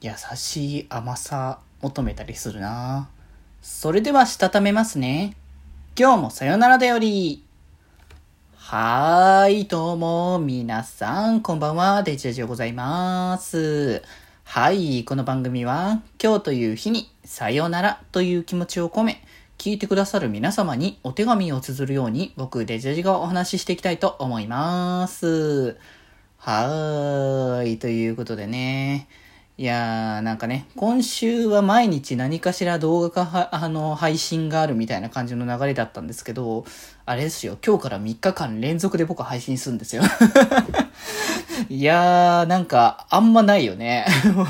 優しい甘さ求めたりするな。それではしたためますね。今日もさよならだより。どうも、皆さん、こんばんは、デジェジでございます。この番組は、今日という日に、さよならという気持ちを込め、聞いてくださる皆様にお手紙を綴るように、僕、デジェジがお話ししていきたいと思います。ということでね。なんかね、今週は毎日何かしら動画配信があるみたいな感じの流れだったんですけど、あれですよ、今日から3日間連続で僕は配信するんですよ。なんか、あんまないよね。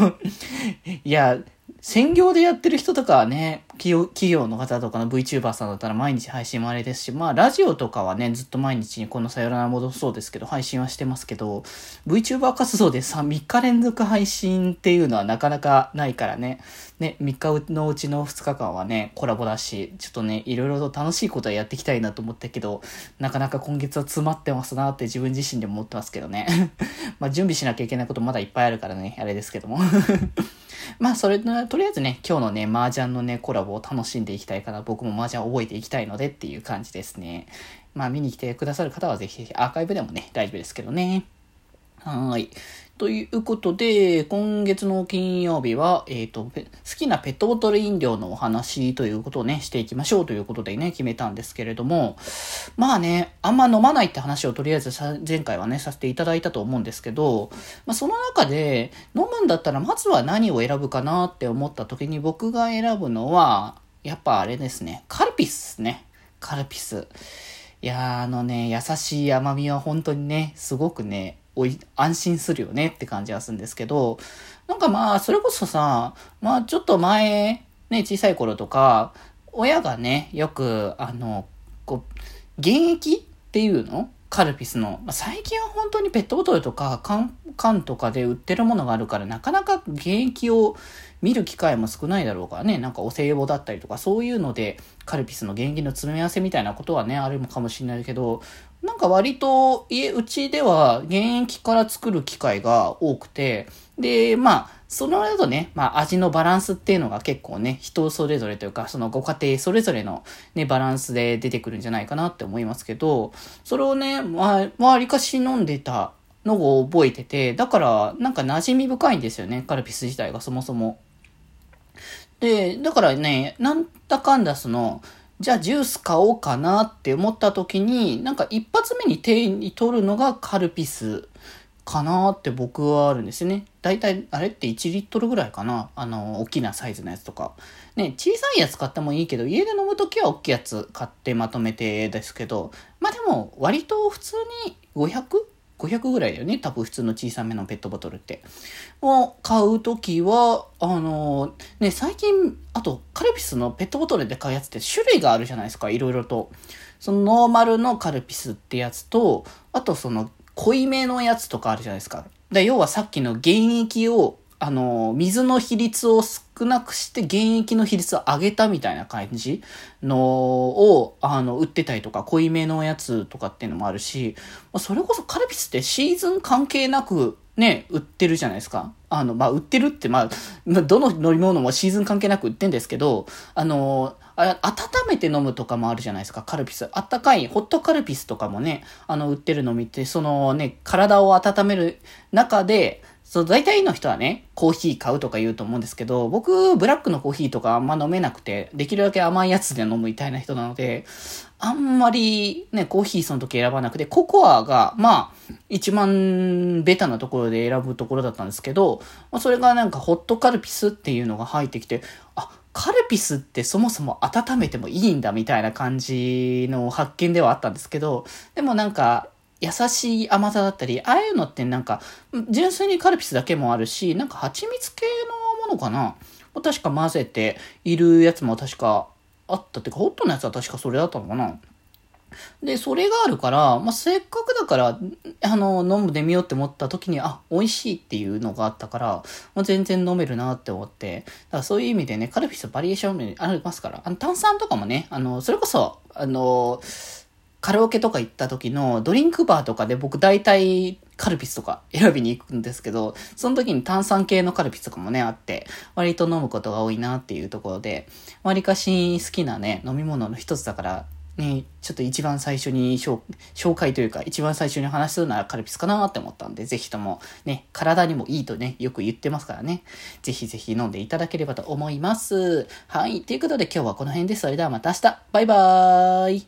専業でやってる人とかはね、企業の方とかの VTuber さんだったら毎日配信もあれですし、ラジオとかはね、ずっと毎日にこのさよなら戻そうですけど、配信はしてますけど、VTuber 活動で3日連続配信っていうのはなかなかないからね。3日のうちの2日間はね、コラボだし、ちょっとね、いろいろと楽しいことはやっていきたいなと思ったけど、なかなか今月は詰まってますなって自分自身でも思ってますけどね。準備しなきゃいけないことまだいっぱいあるからね、あれですけども。とりあえずね、今日のね、麻雀のね、コラボを楽しんでいきたいから、僕も麻雀覚えていきたいのでっていう感じですね。見に来てくださる方はぜひアーカイブでもね、大丈夫ですけどね。ということで、今月の金曜日は、好きなペットボトル飲料のお話ということをね、していきましょうということでね、決めたんですけれども、あんま飲まないって話をとりあえず前回はね、させていただいたと思うんですけど、その中で、飲むんだったらまずは何を選ぶかなって思った時に僕が選ぶのは、やっぱあれですね、カルピスね。カルピス。優しい甘みは本当にね、すごくね、安心するよねって感じはするんですけど、それこそさ、ちょっと前、ね、小さい頃とか、親がね、よく、原液っていうのカルピスの。最近は本当にペットボトルとか缶とかで売ってるものがあるから、なかなか原液を見る機会も少ないだろうからね、なんかお歳暮だったりとか、そういうので、カルピスの原液の詰め合わせみたいなことはね、あるかもしれないけど、なんか割とうちでは原液から作る機会が多くて、で、その後ね、味のバランスっていうのが結構ね、人それぞれというか、そのご家庭それぞれのね、バランスで出てくるんじゃないかなって思いますけど、それをね、わりかし飲んでたのを覚えてて、だからなんか馴染み深いんですよね、カルピス自体がそもそも。で、だからね、なんだかんだじゃあジュース買おうかなって思った時に、なんか一発目に手に取るのがカルピスかなって僕はあるんですよね。だいたいあれって1リットルぐらいかな、大きなサイズのやつとか。ね、小さいやつ買ってもいいけど、家で飲むときは大きいやつ買ってまとめてですけど、でも割と普通に500ぐらいだよね。多分普通の小さめのペットボトルって。を買うときは、最近、あと、カルピスのペットボトルで買うやつって種類があるじゃないですか、いろいろと。そのノーマルのカルピスってやつと、あと濃いめのやつとかあるじゃないですか。要はさっきの原液を、水の比率を少なくして原液の比率を上げたみたいな感じのを、売ってたりとか、濃いめのやつとかっていうのもあるし、それこそカルピスってシーズン関係なく、ね、売ってるじゃないですか。売ってるって、どの飲み物もシーズン関係なく売ってんですけど、温めて飲むとかもあるじゃないですか、カルピス。あったかい、ホットカルピスとかもね、売ってるの見て、体を温める中で、大体の人はね、コーヒー買うとか言うと思うんですけど、僕、ブラックのコーヒーとかあんま飲めなくて、できるだけ甘いやつで飲むみたいな人なので、あんまりね、コーヒーその時選ばなくて、ココアが、一番ベタなところで選ぶところだったんですけど、それがなんかホットカルピスっていうのが入ってきて、カルピスってそもそも温めてもいいんだみたいな感じの発見ではあったんですけど、でもなんか、優しい甘さだったり、ああいうのってなんか、純粋にカルピスだけもあるし、なんか蜂蜜系のものかな確か混ぜているやつも確かあったっていうか、ホットのやつは確かそれだったのかな。で、それがあるから、せっかくだから、飲んでみようって思った時に、美味しいっていうのがあったから、全然飲めるなって思って、だからそういう意味でね、カルピスバリエーションありますから、炭酸とかもね、それこそ、 カラオケとか行った時のドリンクバーとかで僕大体カルピスとか選びに行くんですけど、その時に炭酸系のカルピスとかもね、あって、割と飲むことが多いなっていうところで、割かし好きなね、飲み物の一つだから、ね、ちょっと一番最初に紹介というか、一番最初に話すのはカルピスかなって思ったんで、ぜひともね、体にもいいとね、よく言ってますからね。ぜひぜひ飲んでいただければと思います。はい。ということで今日はこの辺です。それではまた明日。バイバーイ。